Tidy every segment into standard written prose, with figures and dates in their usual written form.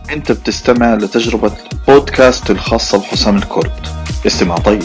أنت بتستمع لتجربة بودكاست الخاصة بحسام الكرد. استمع طيب.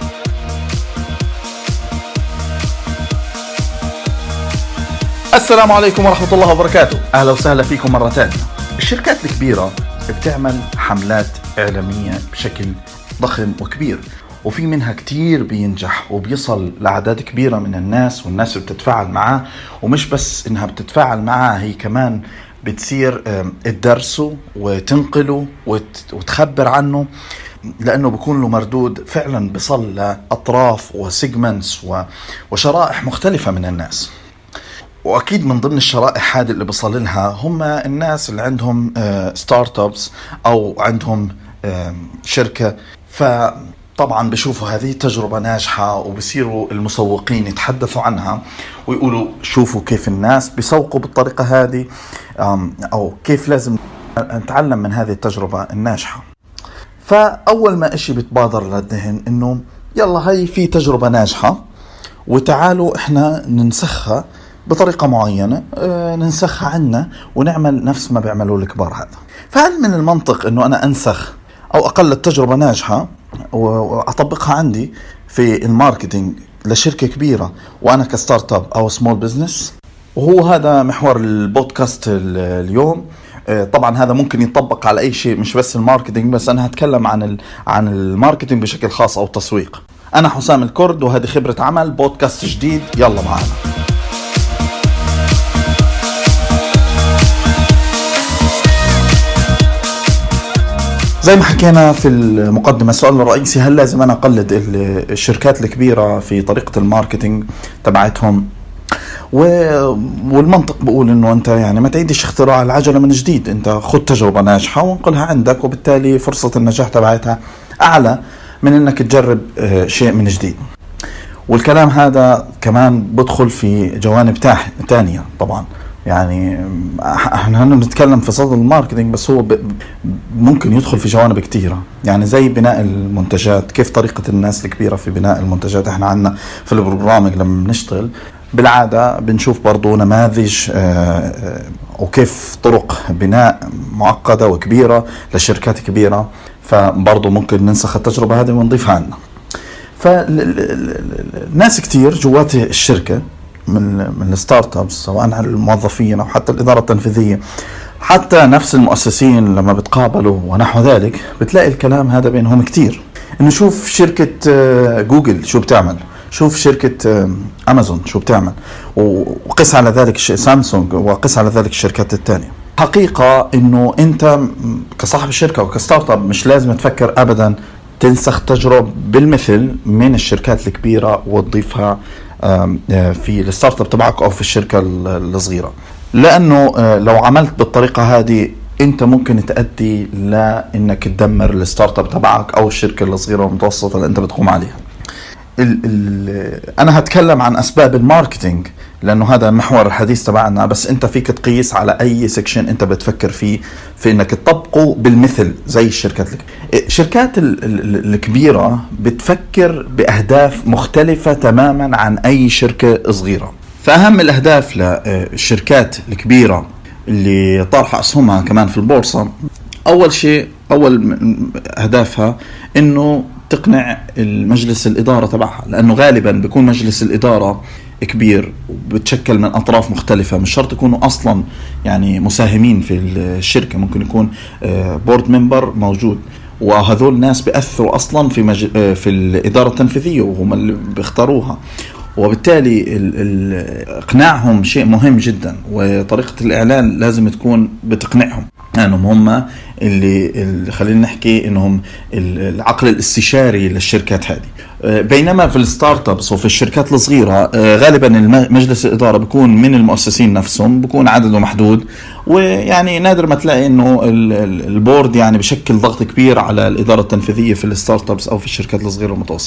السلام عليكم ورحمة الله وبركاته. أهلا وسهلا فيكم مرة ثانية. الشركات الكبيرة بتعمل حملات إعلامية بشكل ضخم وكبير، وفي منها كتير بينجح وبيصل لعدد كبيرة من الناس، والناس بتتفاعل معاه. ومش بس إنها بتتفاعل معاه، هي كمان بتصير تدرسه وتنقله وتخبر عنه، لأنه بيكون له مردود فعلا بيصل لأطراف وسيجمنتس وشرائح مختلفة من الناس. وأكيد من ضمن الشرائح هذه اللي بيصل لها هم الناس اللي عندهم ستارت ابس أو عندهم شركة. فطبعا بيشوفوا هذه تجربة ناجحة، وبصيروا المسوقين يتحدثوا عنها ويقولوا شوفوا كيف الناس بيسوقوا بالطريقة هذه، أو كيف لازم نتعلم من هذه التجربة الناجحة. فأول ما إشي بتبادر للذهن إنه يلا هاي في تجربة ناجحة، وتعالوا إحنا ننسخها بطريقة معينة، ننسخها عنا ونعمل نفس ما بيعملوا الكبار. هذا فهل من المنطق إنه أنا أنسخ أو أقل التجربة ناجحة وأطبقها عندي في الماركتينج لشركة كبيرة وأنا كستارت اب أو سمول بزنس؟ وهو هذا محور البودكاست اليوم. طبعا هذا ممكن يطبق على أي شيء، مش بس الماركتينج، بس أنا هتكلم عن الماركتينج بشكل خاص أو التسويق. أنا حسام الكرد، وهذه خبرة عمل بودكاست جديد. يلا معنا. زي ما حكينا في المقدمة، السؤال الرئيسي: هل لازم أنا أقلد الشركات الكبيرة في طريقة الماركتينج تبعتهم؟ والمنطق بقول إنه أنت يعني ما تعيدش اختراع العجلة من جديد. أنت خد تجربة ناجحة وانقلها عندك، وبالتالي فرصة النجاح تبعتها أعلى من إنك تجرب شيء من جديد. والكلام هذا كمان بدخل في جوانب تانية طبعا. يعني احنا بنتكلم في صدد الماركتينج، بس هو ممكن يدخل في جوانب كتيرة، يعني زي بناء المنتجات. كيف طريقة الناس الكبيرة في بناء المنتجات؟ احنا عنا في البروجرامينج لما بنشتغل بالعادة بنشوف برضو نماذج وكيف طرق بناء معقدة وكبيرة لشركات كبيرة، فبرضو ممكن ننسخ التجربة هذه ونضيفها عنا. فالناس كتير جوات الشركة من الستارت ابس، سواء الموظفين او حتى الاداره التنفيذيه، حتى نفس المؤسسين لما بتقابلوا ونحو ذلك، بتلاقي الكلام هذا بينهم كتير. انه شوف شركه جوجل شو بتعمل، شوف شركه امازون شو بتعمل، وقس على ذلك سامسونج، وقس على ذلك الشركات الثانيه. حقيقه انه انت كصاحب الشركه وكستارت اب مش لازم تفكر ابدا تنسخ تجربة بالمثل من الشركات الكبيرة وتضيفها في الستارت اب تبعك أو في الشركة الصغيرة، لأنه لو عملت بالطريقة هذه أنت ممكن تؤدي لأنك تدمر الستارت اب تبعك أو الشركة الصغيرة والمتوسطة اللي أنت بتقوم عليها. أنا هتكلم عن أسباب الماركتينج لأنه هذا محور الحديث تبعنا، بس أنت فيك تقيس على أي سيكشن أنت بتفكر فيه في أنك تطبقه بالمثل زي الشركات الشركات الكبيرة بتفكر بأهداف مختلفة تماما عن أي شركة صغيرة. فأهم الأهداف للشركات الكبيرة اللي طارحة أسهمها كمان في البورصة، أول شيء، أول أهدافها إنه تقنع المجلس الإدارة تبعها، لأنه غالبا بيكون مجلس الإدارة كبير وبتشكل من أطراف مختلفة، مش شرط يكونوا أصلا يعني مساهمين في الشركة، ممكن يكون بورد ممبر موجود، وهذول ناس بيأثروا أصلا في الإدارة التنفيذية وهم اللي بيختاروها، وبالتالي إقناعهم شيء مهم جدا، وطريقة الإعلان لازم تكون بتقنعهم لأنهم هم اللي خلينا نحكي إنهم العقل الاستشاري للشركات هذه. بينما في الستارت ابس وفي الشركات الصغيرة غالبا مجلس الإدارة بيكون من المؤسسين نفسهم، بيكون عدده محدود، ويعني نادر ما تلاقي إنه البورد يعني بشكل ضغط كبير على الإدارة التنفيذية في الستارت ابس أو في الشركات الصغيرة والمتوسطة.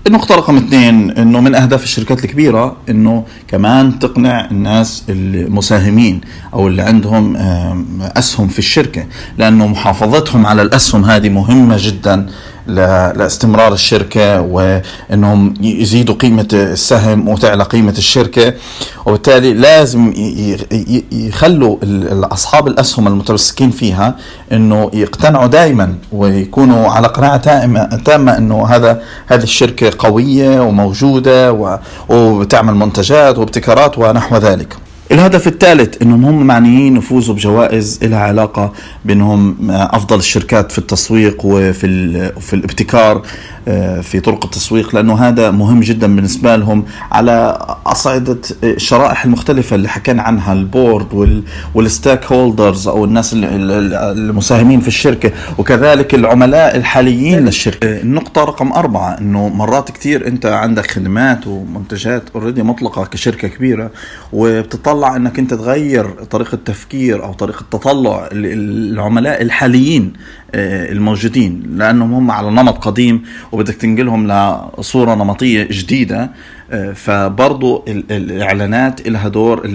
النقطة رقم 2 انه من اهداف الشركات الكبيرة انه كمان تقنع الناس المساهمين او اللي عندهم اسهم في الشركة، لانه محافظتهم على الاسهم هذه مهمة جدا لاستمرار الشركة، وانهم يزيدوا قيمة السهم وتعلى قيمة الشركة. وبالتالي لازم يخلوا اصحاب الاسهم المتمسكين فيها انه يقتنعوا دائما ويكونوا على قناعة تامة انه هذه الشركة قوية وموجودة وبتعمل منتجات وابتكارات ونحو ذلك. الهدف الثالث انهم هم معنيين يفوزوا بجوائز لها علاقة بانهم افضل الشركات في التسويق وفي الابتكار في طرق التسويق، لانه هذا مهم جدا بالنسبة لهم على أصعدة الشرائح المختلفة اللي حكينا عنها، البورد والستاك هولدرز او الناس المساهمين في الشركة، وكذلك العملاء الحاليين للشركة. النقطة رقم 4 انه مرات كتير انت عندك خدمات ومنتجات اوريدي مطلقة كشركة كبيرة، وبتطلع انك انت تغير طريقة تفكير او طريقة تطلع العملاء الحاليين الموجودين، لانهم هم على نمط قديم وبدك تنقلهم لصورة نمطية جديدة. فبرضو الإعلانات لها دور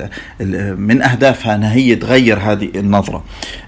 من أهدافها أنها هي تغير هذه النظرة.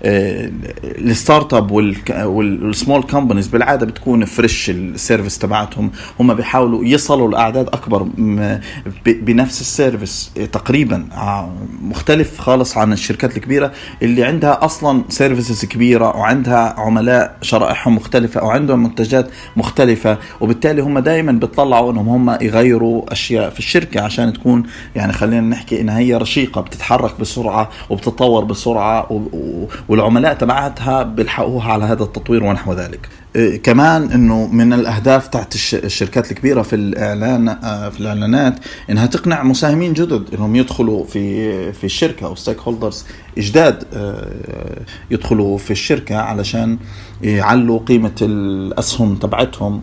الستارت اب والسمول كومبانيز بالعادة بتكون فريش السيرفيس تبعتهم، هم بيحاولوا يصلوا لأعداد أكبر بنفس السيرفيس تقريبا، مختلف خالص عن الشركات الكبيرة اللي عندها أصلا سيرفيسز كبيرة وعندها عملاء شرائحهم مختلفة وعندهم منتجات مختلفة، وبالتالي هم دائما بيطلعوا أنهم هم يغيروا أشياء في الشركة عشان تكون يعني خلينا نحكي إنها هي رشيقة بتتحرك بسرعة وبتتطور بسرعة، والعملاء تبعتها بيلحقوها على هذا التطوير ونحو ذلك. كمان إنه من الأهداف تحت الشركات الكبيرة في الإعلانات إنها تقنع مساهمين جدد إنهم يدخلوا في الشركة أو ستيك هولدرز جداد يدخلوا في الشركة علشان يعلوا قيمة الأسهم تبعتهم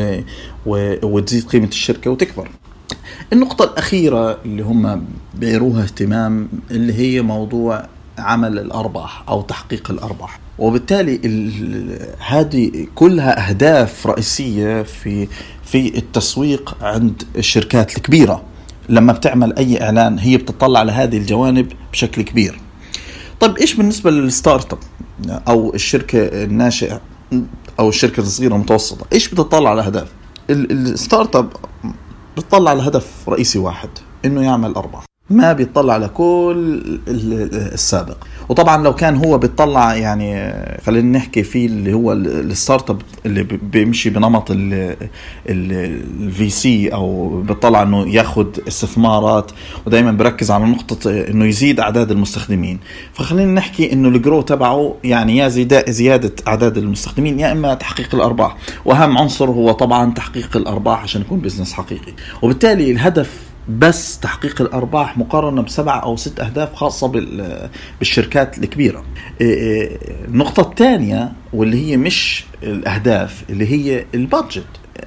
وتزيد قيمة الشركة وتكبر. النقطة الأخيرة اللي هم بيروها اهتمام اللي هي موضوع عمل الأرباح أو تحقيق الأرباح، وبالتالي هذه كلها أهداف رئيسية في التسويق عند الشركات الكبيرة. لما بتعمل أي إعلان هي بتطلع لهذه الجوانب بشكل كبير. طيب إيش بالنسبة للستارت اب أو الشركة الناشئة أو الشركة الصغيرة المتوسطة؟ إيش بتطلع على هدف؟ الستارت اب بتطلع على هدف رئيسي واحد، إنه يعمل أرباح، ما بيطلع على كل السابق. وطبعا لو كان هو بيطلع يعني خلينا نحكي فيه اللي هو الستارت اب اللي بيمشي بنمط الفي سي او بيطلع انه ياخد استثمارات ودايما بركز على نقطة انه يزيد اعداد المستخدمين، فخلينا نحكي انه الجرو تبعه يعني يا زيادة اعداد المستخدمين يا اما تحقيق الارباح، واهم عنصر هو طبعا تحقيق الارباح عشان يكون بزنس حقيقي. وبالتالي الهدف بس تحقيق الأرباح مقارنة ب7 أو 6 أهداف خاصة بالشركات الكبيرة. النقطة الثانية واللي هي مش الأهداف اللي هي البادجت،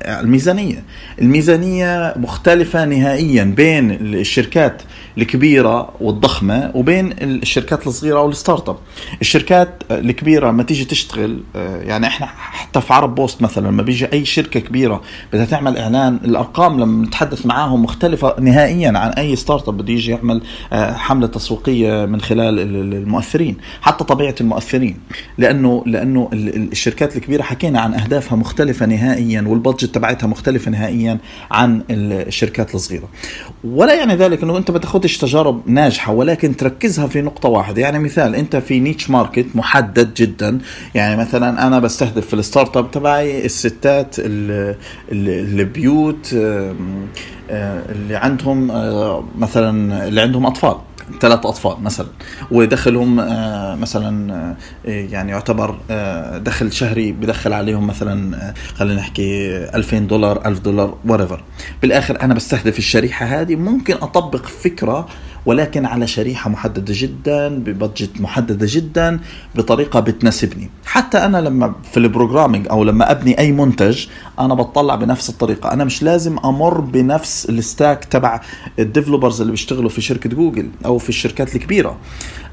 الميزانية مختلفة نهائيا بين الشركات الكبيرة والضخمة وبين الشركات الصغيرة أو الستارت اب. الشركات الكبيرة ما تيجي تشتغل يعني احنا حتى في عرب بوست مثلا لما بيجي أي شركة كبيرة بدها تعمل إعلان، الأرقام لما نتحدث معاهم مختلفة نهائيا عن أي ستارت اب بده يجي يعمل حملة تسويقية من خلال المؤثرين، حتى طبيعة المؤثرين، لأنه الشركات الكبيرة حكينا عن أهدافها مختلفة نهائيا والبادجت تبعتها مختلفة نهائيا عن الشركات الصغيرة. ولا يعني ذلك أنه أنت بتاخدش تجارب ناجحة ولكن تركزها في نقطة واحدة. يعني مثال أنت في نيتش ماركت محدد جدا، يعني مثلا أنا بستهدف في الستارت اب تبعي الستات البيوت اللي عندهم مثلا اللي عندهم أطفال 3 أطفال مثلا، ودخلهم مثلا يعني يعتبر دخل شهري بدخل عليهم مثلا خلينا نحكي $2000 $1000 whatever. بالآخر أنا بستهدف الشريحة هذه، ممكن أطبق فكرة ولكن على شريحة محددة جدا ببادجت محددة جدا بطريقة بتناسبني. حتى أنا لما في البروجرامينج أو لما أبني أي منتج أنا بطلع بنفس الطريقة. أنا مش لازم أمر بنفس الستاك تبع الديفلوبرز اللي بيشتغلوا في شركة جوجل أو في الشركات الكبيرة.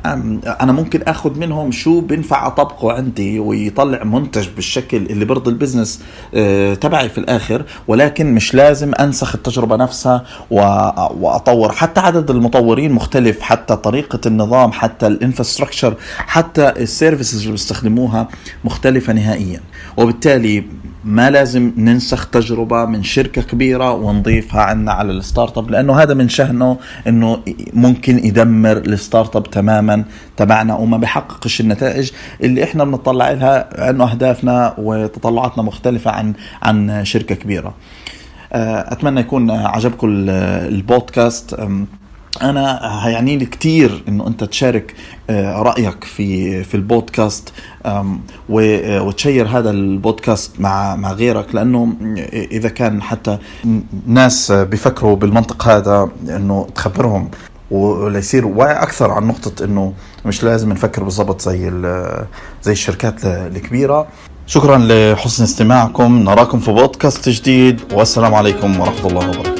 أنا ممكن أخذ منهم شو بينفع أطبقه عندي ويطلع منتج بالشكل اللي برضي البزنس تبعي في الآخر، ولكن مش لازم أنسخ التجربة نفسها وأطور. حتى عدد المطورين مختلف، حتى طريقة النظام، حتى الانفراستراكشر، حتى السيرفيسز اللي بيستخدموها مختلفة نهائيا. وبالتالي ما لازم ننسخ تجربة من شركة كبيرة ونضيفها عنا على الستارت اب، لأنه هذا من شأنه إنه ممكن يدمر الستارت اب تماما تبعنا وما بيحققش النتائج اللي إحنا بنطلع لها، أنه أهدافنا وتطلعاتنا مختلفة عن شركة كبيرة. أتمنى يكون عجبكم البودكاست. أنا هيعني لي كتير إنه أنت تشارك رأيك في البودكاست وتشير هذا البودكاست مع غيرك، لأنه إذا كان حتى ناس بيفكروا بالمنطق هذا إنه تخبرهم وليصير واعي أكثر عن نقطة إنه مش لازم نفكر بالضبط زي الشركات الكبيرة. شكرا لحسن استماعكم، نراكم في بودكاست جديد، والسلام عليكم ورحمة الله وبركاته.